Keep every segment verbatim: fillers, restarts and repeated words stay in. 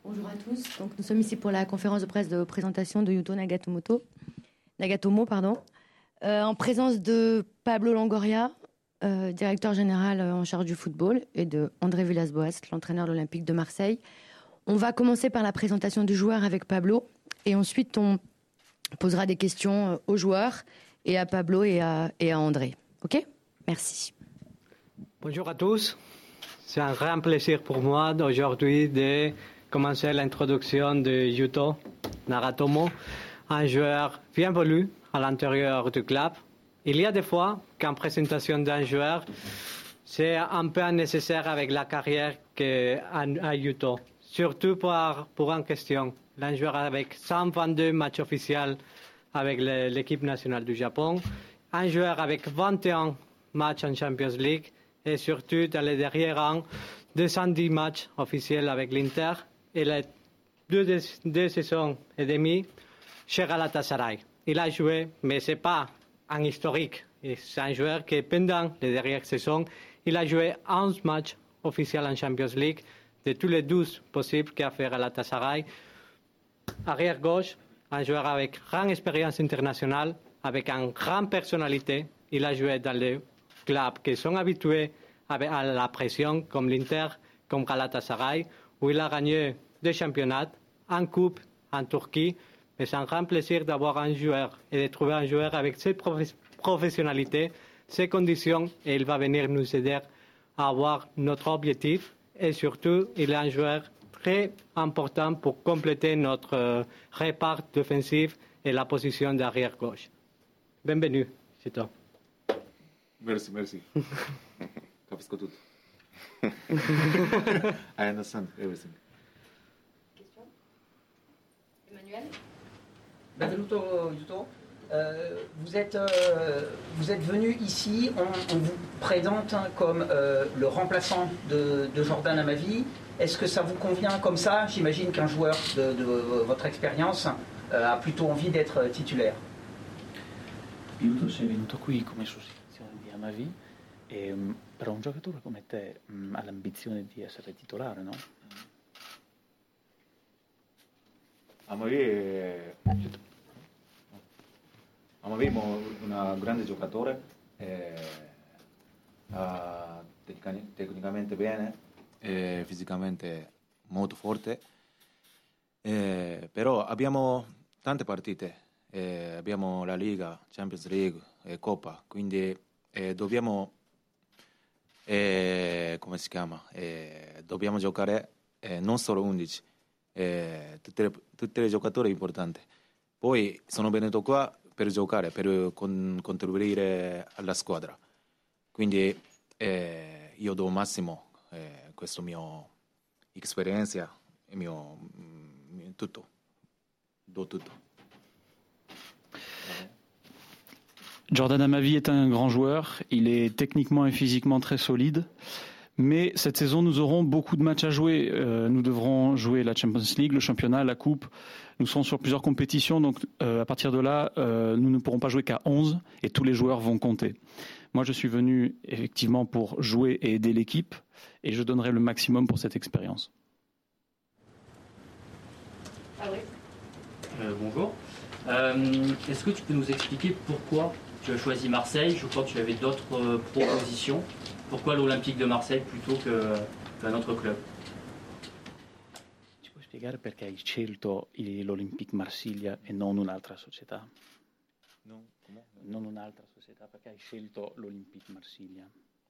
Bonjour à tous. Donc, nous sommes ici pour la conférence de presse de présentation de Yuto Nagatomo, Nagatomo pardon, euh, en présence de Pablo Longoria, euh, directeur général en charge du football, et de André Villas-Boas, l'entraîneur de l'Olympique de Marseille. On va commencer par la présentation du joueur avec Pablo, et ensuite on posera des questions aux joueurs, et à Pablo et à, et à André. Ok ? Merci. Bonjour à tous. C'est un grand plaisir pour moi d'aujourd'hui de commencer l'introduction de Yuto Nagatomo, un joueur bienvenu à l'intérieur du club. Il y a des fois qu'en présentation d'un joueur, c'est un peu nécessaire avec la carrière qu'a Yuto, surtout pour, pour une question. Un joueur avec cent vingt-deux matchs officiels avec l'équipe nationale du Japon, un joueur avec vingt et un matchs en Champions League et surtout dans les derniers rangs, deux cent dix matchs officiels avec l'Inter et les deux, deux saisons et demie chez Galatasaray. Il a joué, mais ce n'est pas un historique. C'est un joueur qui, pendant les dernières saisons, il a joué onze matchs officiels en Champions League de tous les douze possibles qu'a fait Galatasaray. Arrière gauche, un joueur avec grande expérience internationale, avec une grande personnalité. Il a joué dans les clubs qui sont habitués à la pression, comme l'Inter, comme Galatasaray, où il a gagné deux championnats, en coupe en Turquie. Mais c'est un grand plaisir d'avoir un joueur et de trouver un joueur avec cette professionnalité, ces conditions, et il va venir nous aider à avoir notre objectif. Et surtout, il est un joueur très important pour compléter notre euh, repart défensif et la position d'arrière gauche. Bienvenue, c'est toi. Merci, merci. Capisco tutto. I understand everything. Question ? Emmanuel ? Benvenuto Yuto. Euh, vous êtes, euh, vous êtes venu ici, on, on vous présente comme euh, le remplaçant de, de Jordan Amavi. Est-ce que ça vous convient comme ça ? J'imagine qu'un joueur de, de votre expérience euh, a plutôt envie d'être titulaire. Yuto, sei venuto qui come sostituzione di Amavi, e, però un giocatore come te mh, ha l'ambizione di essere titolare, no? Amavi è Amavi è un grande giocatore, è, uh, tecnica- tecnicamente bene, è fisicamente molto forte, eh, però abbiamo tante partite, eh, abbiamo la Liga, Champions League e Coppa, quindi eh, dobbiamo, eh, come si chiama, eh, dobbiamo giocare eh, non solo undici, eh, tutte, le, tutte le giocatori importanti. Poi sono venuto qua per giocare, per con, contribuire alla squadra. Quindi eh, io do massimo eh, questa mia esperienza e mio, mio tutto. Do tutto. Jordan Amavi est un grand joueur, il est techniquement et physiquement très solide, mais cette saison nous aurons beaucoup de matchs à jouer. Euh, nous devrons jouer la Champions League, le championnat, la coupe. Nous serons sur plusieurs compétitions, donc euh, à partir de là, euh, nous ne pourrons pas jouer qu'à onze et tous les joueurs vont compter. Moi, je suis venu effectivement pour jouer et aider l'équipe et je donnerai le maximum pour cette expérience. Ah oui. Euh, bonjour. Euh, est-ce que tu peux nous expliquer pourquoi tu as choisi Marseille ? Je crois que tu avais d'autres euh, propositions. Pourquoi l'Olympique de Marseille plutôt que, qu'un autre club ? Ci puoi spiegare perché hai scelto l'Olympique Marsiglia e non un'altra società? No, come? Non un'altra società, perché hai scelto l'Olympique Marsiglia?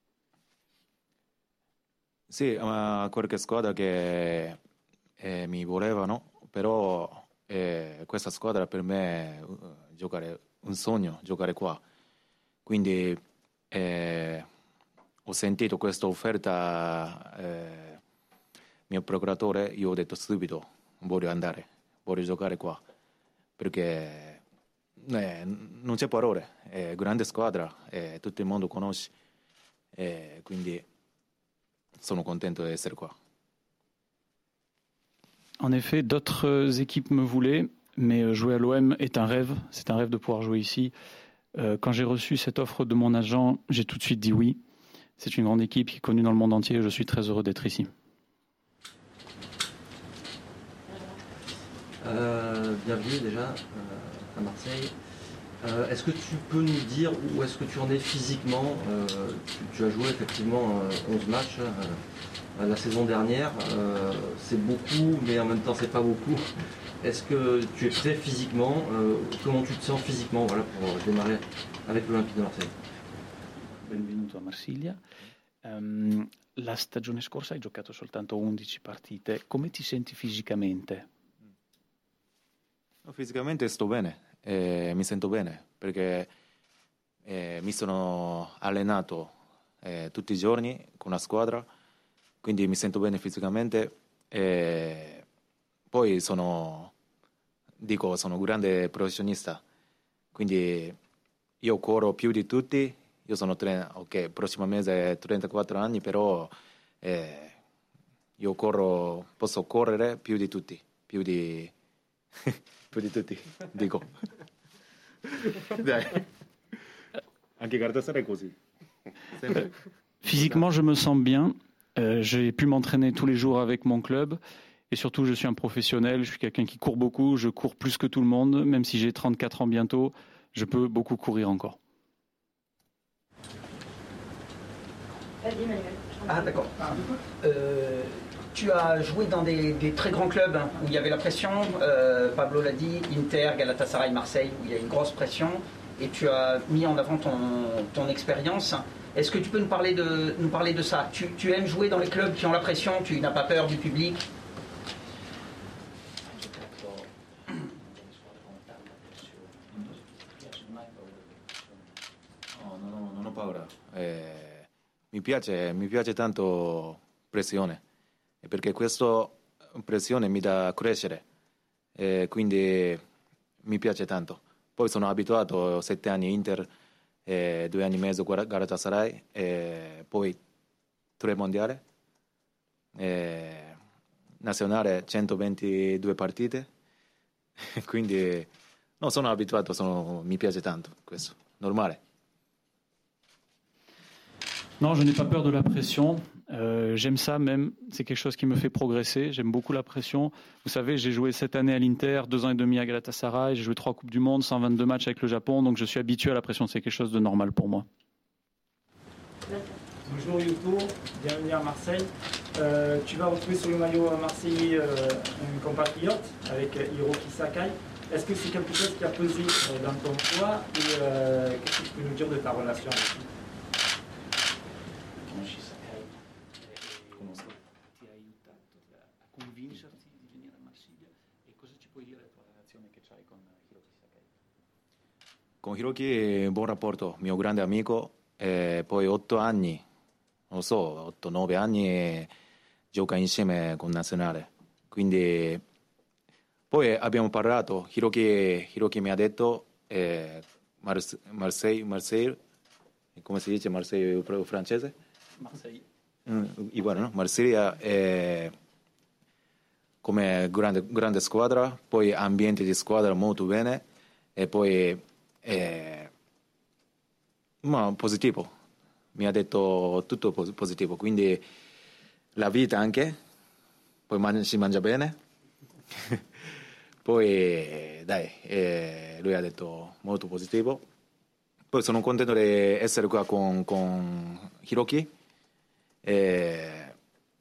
Sì, ma qualche squadra che eh, mi volevano, però eh, questa squadra per me è uh, giocare un sogno, giocare qua. Quindi eh, ho sentito questa offerta, eh, mio procuratore, io ho detto subito, voglio andare, voglio giocare qua, perché eh, non c'è parole, è grande squadra, eh, tutto il mondo conosce, eh, quindi sono contento di essere qua. En effet, d'autres équipes me voulaient, mais jouer à l'O M est un rêve. C'est un rêve de pouvoir jouer ici. Euh, quand j'ai reçu cette offre de mon agent, j'ai tout de suite dit oui. C'est une grande équipe qui est connue dans le monde entier et je suis très heureux d'être ici. Euh, bienvenue déjà euh, à Marseille. Euh, est-ce que tu peux nous dire où est-ce que tu en es physiquement? euh, tu, tu as joué effectivement euh, onze matchs euh, la saison dernière. Euh, c'est beaucoup, mais en même temps c'est pas beaucoup. Est-ce que tu es prêt physiquement? euh, Comment tu te sens physiquement, voilà, pour démarrer avec l'Olympique de Marseille? Benvenuto a Marsiglia. Um, la stagione scorsa hai giocato soltanto undici partite. Come ti senti fisicamente? No, fisicamente sto bene, eh, mi sento bene perché eh, mi sono allenato eh, tutti i giorni con la squadra, quindi mi sento bene fisicamente. E poi sono, dico, sono un grande professionista, quindi io corro più di tutti. Io sono, tre, ok, prossimo mese trentaquattro anni, però eh, io corro, posso correre più di tutti, più di, più di tutti, dico. Dai. Anche Galatasaray è così. Sempre. Physiquement, je me sens bien. Euh, j'ai pu m'entraîner tous les jours avec mon club. Et surtout, je suis un professionnel. Je suis quelqu'un qui court beaucoup. Je cours plus que tout le monde. Même si j'ai trente-quatre ans bientôt, je peux beaucoup courir encore. Ah d'accord. Euh, tu as joué dans des, des très grands clubs hein, où il y avait la pression, euh, Pablo l'a dit, Inter, Galatasaray, Marseille, où il y a une grosse pression, et tu as mis en avant ton, ton expérience. Est-ce que tu peux nous parler de, nous parler de ça? tu, tu aimes jouer dans les clubs qui ont la pression? Tu n'as pas peur du public? No, no, no, non ho paura. Eh... Mi piace, mi piace tanto pressione, perché questa pressione mi dà a crescere, e quindi mi piace tanto. Poi sono abituato sette anni Inter, e due anni e mezzo Galatasaray, e poi tre mondiali, e nazionale centoventidue partite, quindi no, sono abituato, sono, mi piace tanto questo, normale. Non, je n'ai pas peur de la pression. Euh, j'aime ça même. C'est quelque chose qui me fait progresser. J'aime beaucoup la pression. Vous savez, j'ai joué cette année à l'Inter, deux ans et demi à Galatasaray. J'ai joué trois Coupes du Monde, cent vingt-deux matchs avec le Japon. Donc je suis habitué à la pression. C'est quelque chose de normal pour moi. Bonjour Yuto, bienvenue à Marseille. Euh, tu vas retrouver sur le maillot marseillais euh, un compatriote avec Hiroki Sakai. Est-ce que c'est quelque chose qui a pesé euh, dans ton choix et euh, qu'est-ce que tu peux nous dire de ta relation avec lui? Con Hiroki buon rapporto, mio grande amico, e poi otto anni, non lo so, otto nove anni gioca insieme con Nazionale. Quindi poi abbiamo parlato, Hiroki, Hiroki mi ha detto eh, Mars- Marseille, Marseille, come si dice Marseille francese? Marseille. Mm, bueno, no? Marsiglia è come grande, grande squadra, poi ambiente di squadra molto bene e poi è ma positivo, mi ha detto tutto positivo, quindi la vita anche, poi man- si mangia bene, poi dai, eh, lui ha detto molto positivo, poi sono contento di essere qua con, con Hiroki. E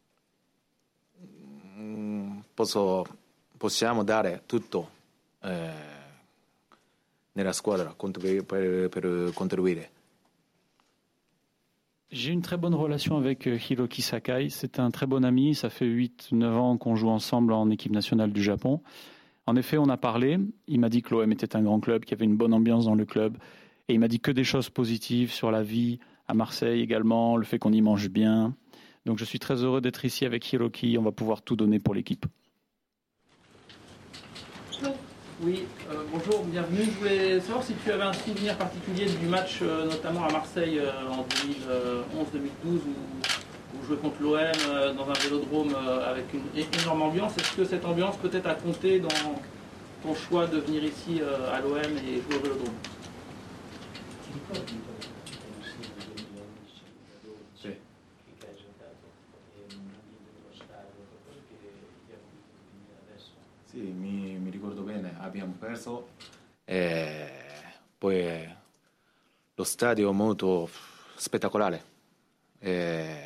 posso, possiamo dare tutto eh, nella squadra per, per, per contribuire. J'ai une très bonne relation avec Hiroki Sakai. C'est un très bon ami. Ça fait huit neuf ans qu'on joue ensemble en équipe nationale du Japon. En effet, on a parlé. Il m'a dit que l'O M était un grand club, qu'il y avait une bonne ambiance dans le club. Et il m'a dit que des choses positives sur la vie à Marseille également, le fait qu'on y mange bien. Donc je suis très heureux d'être ici avec Hiroki. On va pouvoir tout donner pour l'équipe. Oui, euh, bonjour, bienvenue. Je voulais savoir si tu avais un souvenir particulier du match, euh, notamment à Marseille euh, en deux mille onze deux mille douze, où vous jouez contre l'O M euh, dans un vélodrome euh, avec une énorme ambiance. Est-ce que cette ambiance peut-être a compté dans ton choix de venir ici euh, à l'O M et jouer au vélodrome? Sì, mi, mi ricordo bene, abbiamo perso e poi lo stadio molto spettacolare, e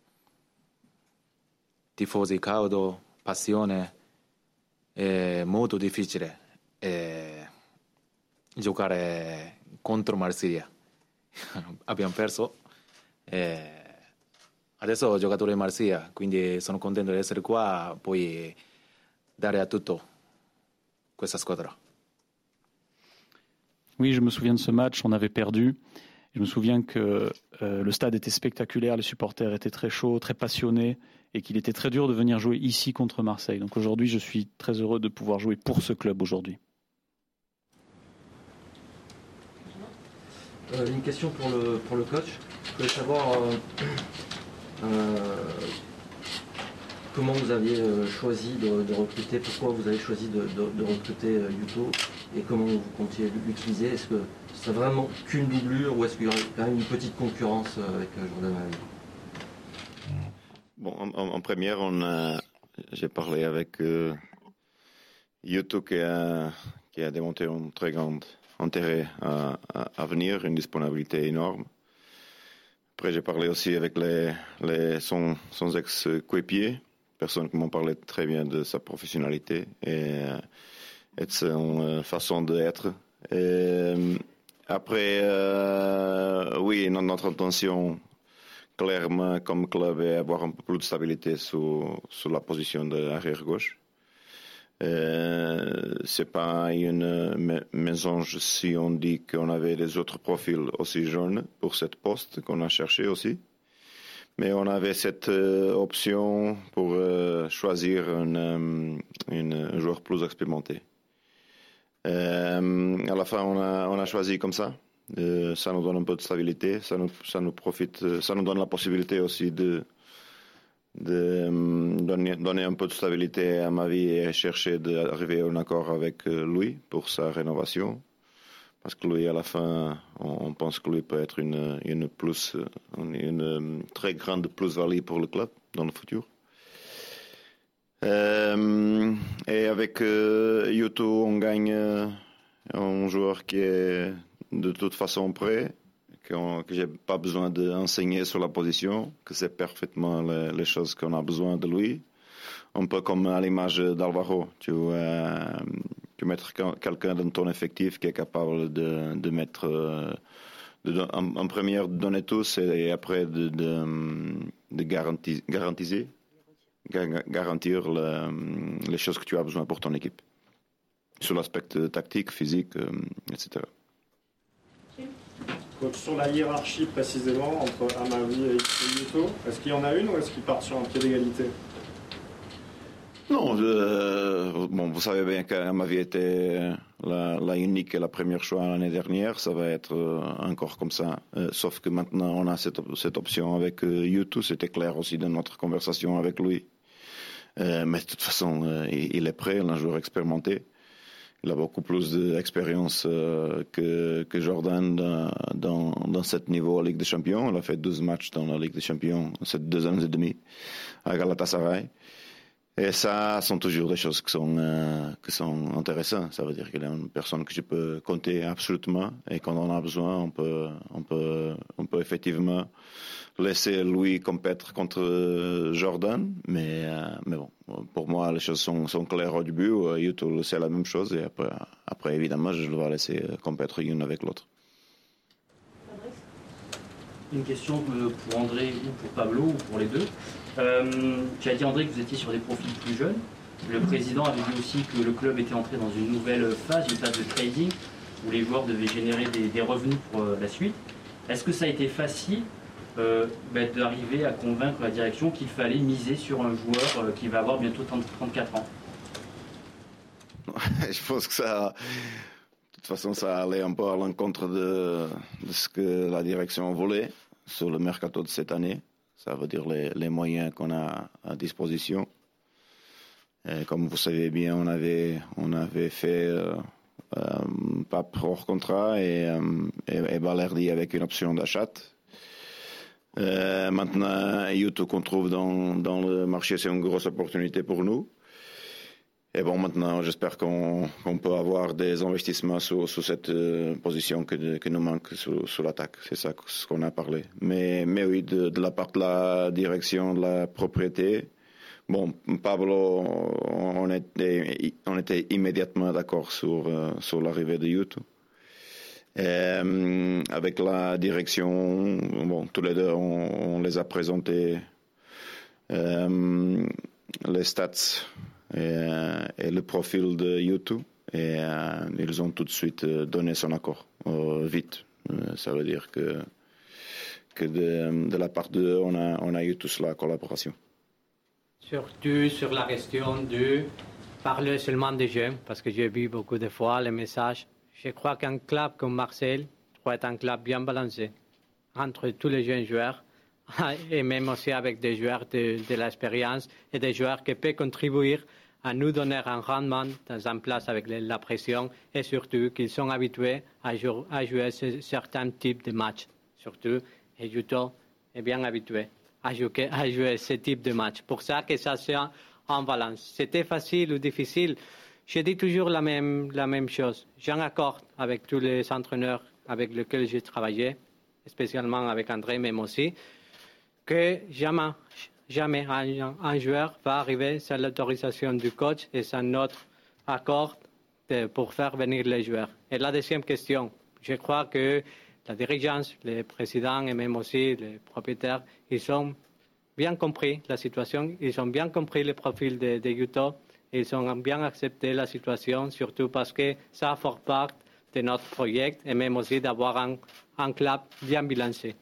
tifosi caldo, passione, è molto difficile e giocare contro Marsiglia. Abbiamo perso e adesso ho giocato in Marsiglia, quindi sono contento di essere qua, poi dare a tutto questa squadra. Oui, je me souviens de ce match, on avait perdu. Je me souviens que euh, le stade était spectaculaire, les supporters étaient très chauds, très passionnés et qu'il était très dur de venir jouer ici contre Marseille. Donc aujourd'hui, je suis très heureux de pouvoir jouer pour ce club aujourd'hui. Euh, une question pour le, pour le coach. Je voulais savoir euh, euh, comment vous aviez choisi de, de recruter, pourquoi vous avez choisi de, de, de recruter euh, Yuto et comment vous comptiez l'utiliser. Est-ce que c'est vraiment qu'une doublure ou est-ce qu'il y aura quand même une petite concurrence avec euh, Jordan Amavi? Bon, en, en, en première, on a, j'ai parlé avec euh, Yuto qui a, qui a démontré un très grand intérêt à, à, à venir, une disponibilité énorme. Après, j'ai parlé aussi avec les, les, son, son ex-coéquipier, personne qui m'ont parlé très bien de sa professionnalité et, et de sa façon d'être. Et après, euh, oui, notre intention, clairement, comme club, est avoir un peu plus de stabilité sur, sur la position d'arrière-gauche. Euh, c'est pas une mésange si on dit qu'on avait des autres profils aussi jeunes pour cette poste qu'on a cherché aussi. Mais on avait cette euh, option pour euh, choisir une, une, un joueur plus expérimenté. Euh, à la fin, on a, on a choisi comme ça. Euh, ça nous donne un peu de stabilité, ça nous, ça nous profite, ça nous donne la possibilité aussi de de donner, donner un peu de stabilité à ma vie et chercher d'arriver à un accord avec lui pour sa rénovation. Parce que lui, à la fin, on, on pense que lui peut être une, une, plus, une, une très grande plus-value pour le club dans le futur. Euh, et avec euh, Yuto, on gagne euh, un joueur qui est de toute façon prêt, que j'ai pas besoin d'enseigner sur la position, que c'est parfaitement les, les choses qu'on a besoin de lui. Un peu comme à l'image d'Alvaro, tu euh, tu mettre quelqu'un dans ton effectif qui est capable de, de mettre, de, en, en première de donner tous et, et après de, de, de garantir, garantiser, garantir le, les choses que tu as besoin pour ton équipe, sur l'aspect tactique, physique, et cetera. Donc sur la hiérarchie précisément entre Amavi et Yuto, est-ce qu'il y en a une ou est-ce qu'ils partent sur un pied d'égalité? Non, euh, bon, vous savez bien qu'Amavi était la, la unique et la première choix l'année dernière, ça va être euh, encore comme ça, euh, sauf que maintenant on a cette, cette option avec euh, Yuto, c'était clair aussi dans notre conversation avec lui. Euh, mais de toute façon, euh, il, il est prêt, un joueur expérimenté. Il a beaucoup plus d'expérience euh, que, que Jordan dans, dans, dans ce niveau à Ligue des Champions. Il a fait douze matchs dans la Ligue des Champions ces deux ans et demi à Galatasaray. Et ça sont toujours des choses qui sont, euh, qui sont intéressantes. Ça veut dire qu'il est une personne que je peux compter absolument. Et quand on a besoin, on peut, on peut, on peut effectivement laisser lui compétir contre Jordan. Mais, euh, mais bon, pour moi, les choses sont, sont claires au début. Yuto, c'est la même chose. Et après, après, évidemment, je le vais laisser compétir l'une avec l'autre. Une question pour André ou pour Pablo ou pour les deux. Euh, tu as dit, André, que vous étiez sur des profils plus jeunes. Le président avait dit aussi que le club était entré dans une nouvelle phase, une phase de trading, où les joueurs devaient générer des, des revenus pour euh, la suite. Est-ce que ça a été facile euh, bah, d'arriver à convaincre la direction qu'il fallait miser sur un joueur euh, qui va avoir bientôt trente-quatre ans? Je pense que ça... De toute façon, ça allait un peu à l'encontre de, de ce que la direction voulait sur le mercato de cette année. Ça veut dire les, les moyens qu'on a à disposition. Et comme vous savez bien, on avait, on avait fait euh, euh, Pape hors contrat et, euh, et, et Balerdi avec une option d'achat. Euh, maintenant, Yuto qu'on trouve dans, dans le marché, c'est une grosse opportunité pour nous. Et bon, maintenant, j'espère qu'on, qu'on peut avoir des investissements sur, sur cette euh, position que, que nous manque sur, sur l'attaque. C'est ça ce qu'on a parlé. Mais, mais oui, de, de la part de la direction, de la propriété, bon, Pablo, on était, on était immédiatement d'accord sur, euh, sur l'arrivée de Yuto. Euh, avec la direction, bon, tous les deux, on, on les a présentés euh, les stats et, euh, et le profil de Yuto, et euh, ils ont tout de suite donné son accord euh, vite. Euh, ça veut dire que, que de, de la part d'eux, on a, on a eu tous la collaboration. Surtout sur la question de parler seulement des jeunes, parce que j'ai vu beaucoup de fois les messages. Je crois qu'un club comme Marseille doit être un club bien balancé entre tous les jeunes joueurs et même aussi avec des joueurs de, de l'expérience et des joueurs qui peuvent contribuer à nous donner un rendement dans une place avec la pression et surtout qu'ils sont habitués à jouer, à jouer ce, certains types de matchs. Surtout, et Yuto est bien habitué à jouer, à jouer ce type de match. Pour ça que ça soit en balance. C'était facile ou difficile. Je dis toujours la même, la même chose. J'ai un accord avec tous les entraîneurs avec lesquels j'ai travaillé, spécialement avec André, même aussi, que jamais, jamais un, un joueur va arriver sans l'autorisation du coach et sans notre accord de, pour faire venir les joueurs. Et la deuxième question, je crois que la dirigeance, les présidents et même aussi les propriétaires, ils ont bien compris la situation, ils ont bien compris le profil de, de Yuto. Ils ont bien accepté la situation, surtout parce que ça fait partie de notre projet et même aussi d'avoir un, un club bien balancé.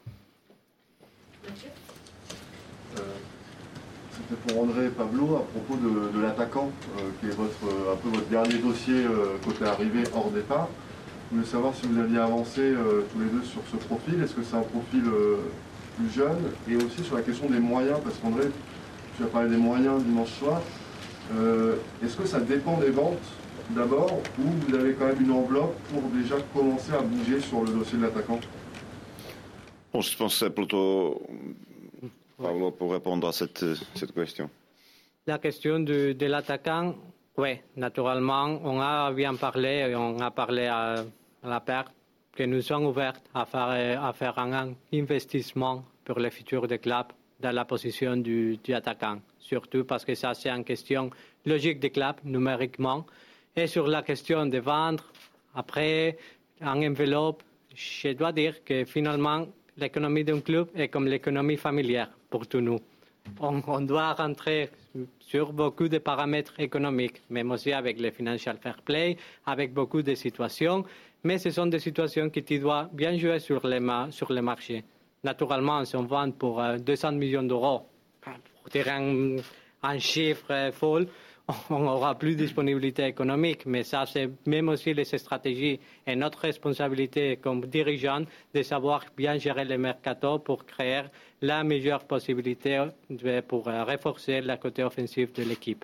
Euh, C'était pour André et Pablo à propos de, de l'attaquant, euh, qui est votre, un peu votre dernier dossier euh, côté arrivé hors départ. Je voulais savoir si vous aviez avancé euh, tous les deux sur ce profil. Est-ce que c'est un profil euh, plus jeune? Et aussi sur la question des moyens, parce qu'André, tu as parlé des moyens dimanche soir. Euh, est-ce que ça dépend des ventes d'abord, ou vous avez quand même une enveloppe pour déjà commencer à bouger sur le dossier de l'attaquant? Bon, je pense que c'est plutôt Pablo pour répondre à cette, cette question. La question de, de l'attaquant, oui, naturellement, on a bien parlé, on a parlé à, à la perte que nous sommes ouverts à faire, à faire un investissement pour le futur du club dans la position du, du attaquant. Surtout parce que ça, c'est une question logique du club, numériquement. Et sur la question de vendre, après, en enveloppe, je dois dire que finalement, l'économie d'un club est comme l'économie familière pour tous nous. On, on doit rentrer sur beaucoup de paramètres économiques, même aussi avec le financial fair play, avec beaucoup de situations. Mais ce sont des situations que tu dois bien jouer sur les, sur les marchés. Naturellement, si on vend pour euh, deux cents millions d'euros, pour dire un, un chiffre folle, on n'aura plus de disponibilité économique. Mais ça, c'est même aussi les stratégies et notre responsabilité comme dirigeants de savoir bien gérer le mercato pour créer la meilleure possibilité de, pour euh, renforcer le côté offensif de l'équipe.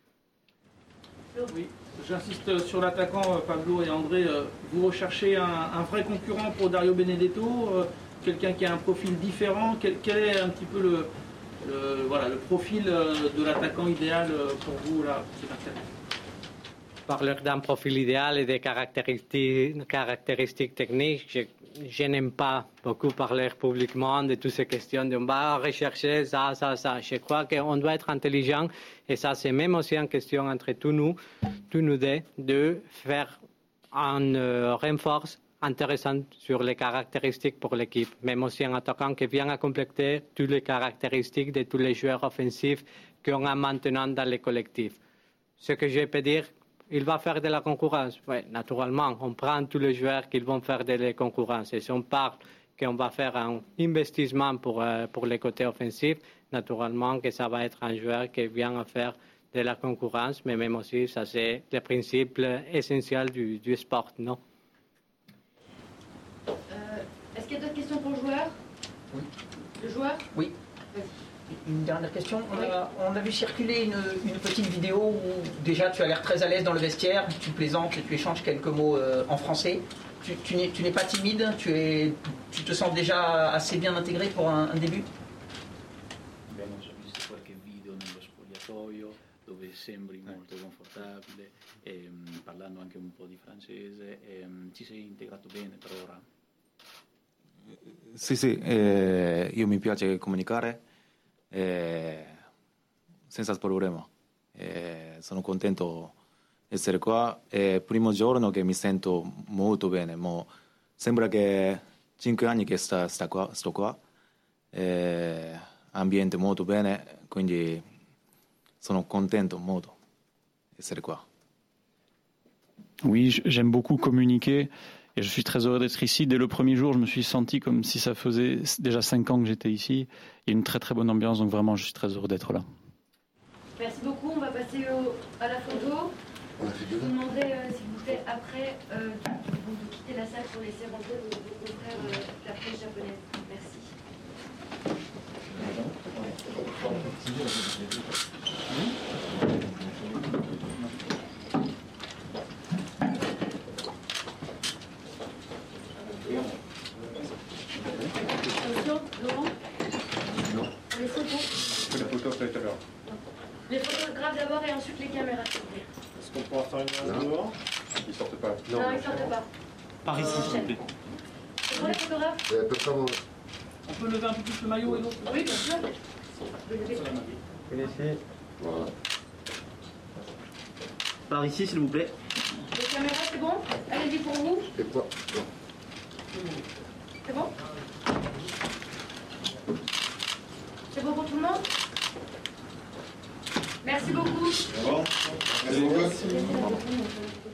Oui, j'insiste sur l'attaquant Pablo et André. Vous recherchez un, un vrai concurrent pour Dario Benedetto, quelqu'un qui a un profil différent. Quel, quel est un petit peu le, le, voilà, le profil de l'attaquant idéal pour vous là, c'est Parler d'un profil idéal et des caractéristiques, caractéristiques techniques, je, je n'aime pas beaucoup parler publiquement de toutes ces questions de on va rechercher ça, ça, ça. Je crois qu'on doit être intelligent et ça c'est même aussi une question entre tous nous, tous nous deux, de faire un euh, renfort intéressant sur les caractéristiques pour l'équipe, même aussi un attaquant qui vient à compléter toutes les caractéristiques de tous les joueurs offensifs qu'on a maintenant dans le collectif. Ce que je peux dire, il va faire de la concurrence. Oui, naturellement, on prend tous les joueurs qui vont faire de la concurrence. Et si on parle qu'on va faire un investissement pour, euh, pour les côtés offensifs, naturellement que ça va être un joueur qui vient à faire de la concurrence, mais même aussi, ça c'est le principe essentiel du, du sport, non? Euh, Est-ce qu'il y a d'autres questions pour le joueur? Oui. Le joueur? Oui. Une dernière question. On a, on a vu circuler une, une petite vidéo où déjà tu as l'air très à l'aise dans le vestiaire, tu plaisantes et tu échanges quelques mots euh, en français. Tu, tu n'es, tu n'es pas timide, tu, es, tu te sens déjà assez bien intégré pour un, un début? Abbiamo già visto qualche video nello spogliatoio dove sembri molto confortabile, e, parlando anche un po' di francese, e, ci sei integrato bene per ora? Sì, sì, eh, io mi piace comunicare eh, senza problema. Eh, sono contento di essere qua. È il primo giorno che mi sento molto bene. Mo sembra che cinque anni che sta, sta qua, sto qua. Eh, ambiente molto bene, quindi sono contento molto di essere qua. Oui, j'aime beaucoup communiquer et je suis très heureux d'être ici. Dès le premier jour, je me suis senti comme si ça faisait déjà cinq ans que j'étais ici. Il y a une très très bonne ambiance, donc vraiment je suis très heureux d'être là. Merci beaucoup, on va passer au, à la photo. Je vous demanderai euh, s'il vous plaît après euh, de quitter la salle pour laisser rentrer vos, vos confrères euh, de la presse japonaise. Merci. Attention, Laurent. Non. Les photos. Les photos tout à l'heure. Les photographes d'abord et ensuite les caméras. Est-ce qu'on pourra faire une séance dehors? Ils sortent pas. Non, ils sortent pas. Par ici, s'il vous plaît. C'est pour les photographes? Euh, peut pas, On peut lever un peu plus le maillot et l'autre? Oui, bien sûr. Ici. voilà. Par ici, s'il vous plaît. Les caméras, c'est bon? Allez-y pour vous. Et quoi? Non. C'est bon? C'est bon pour tout le monde? Merci beaucoup. Merci beaucoup.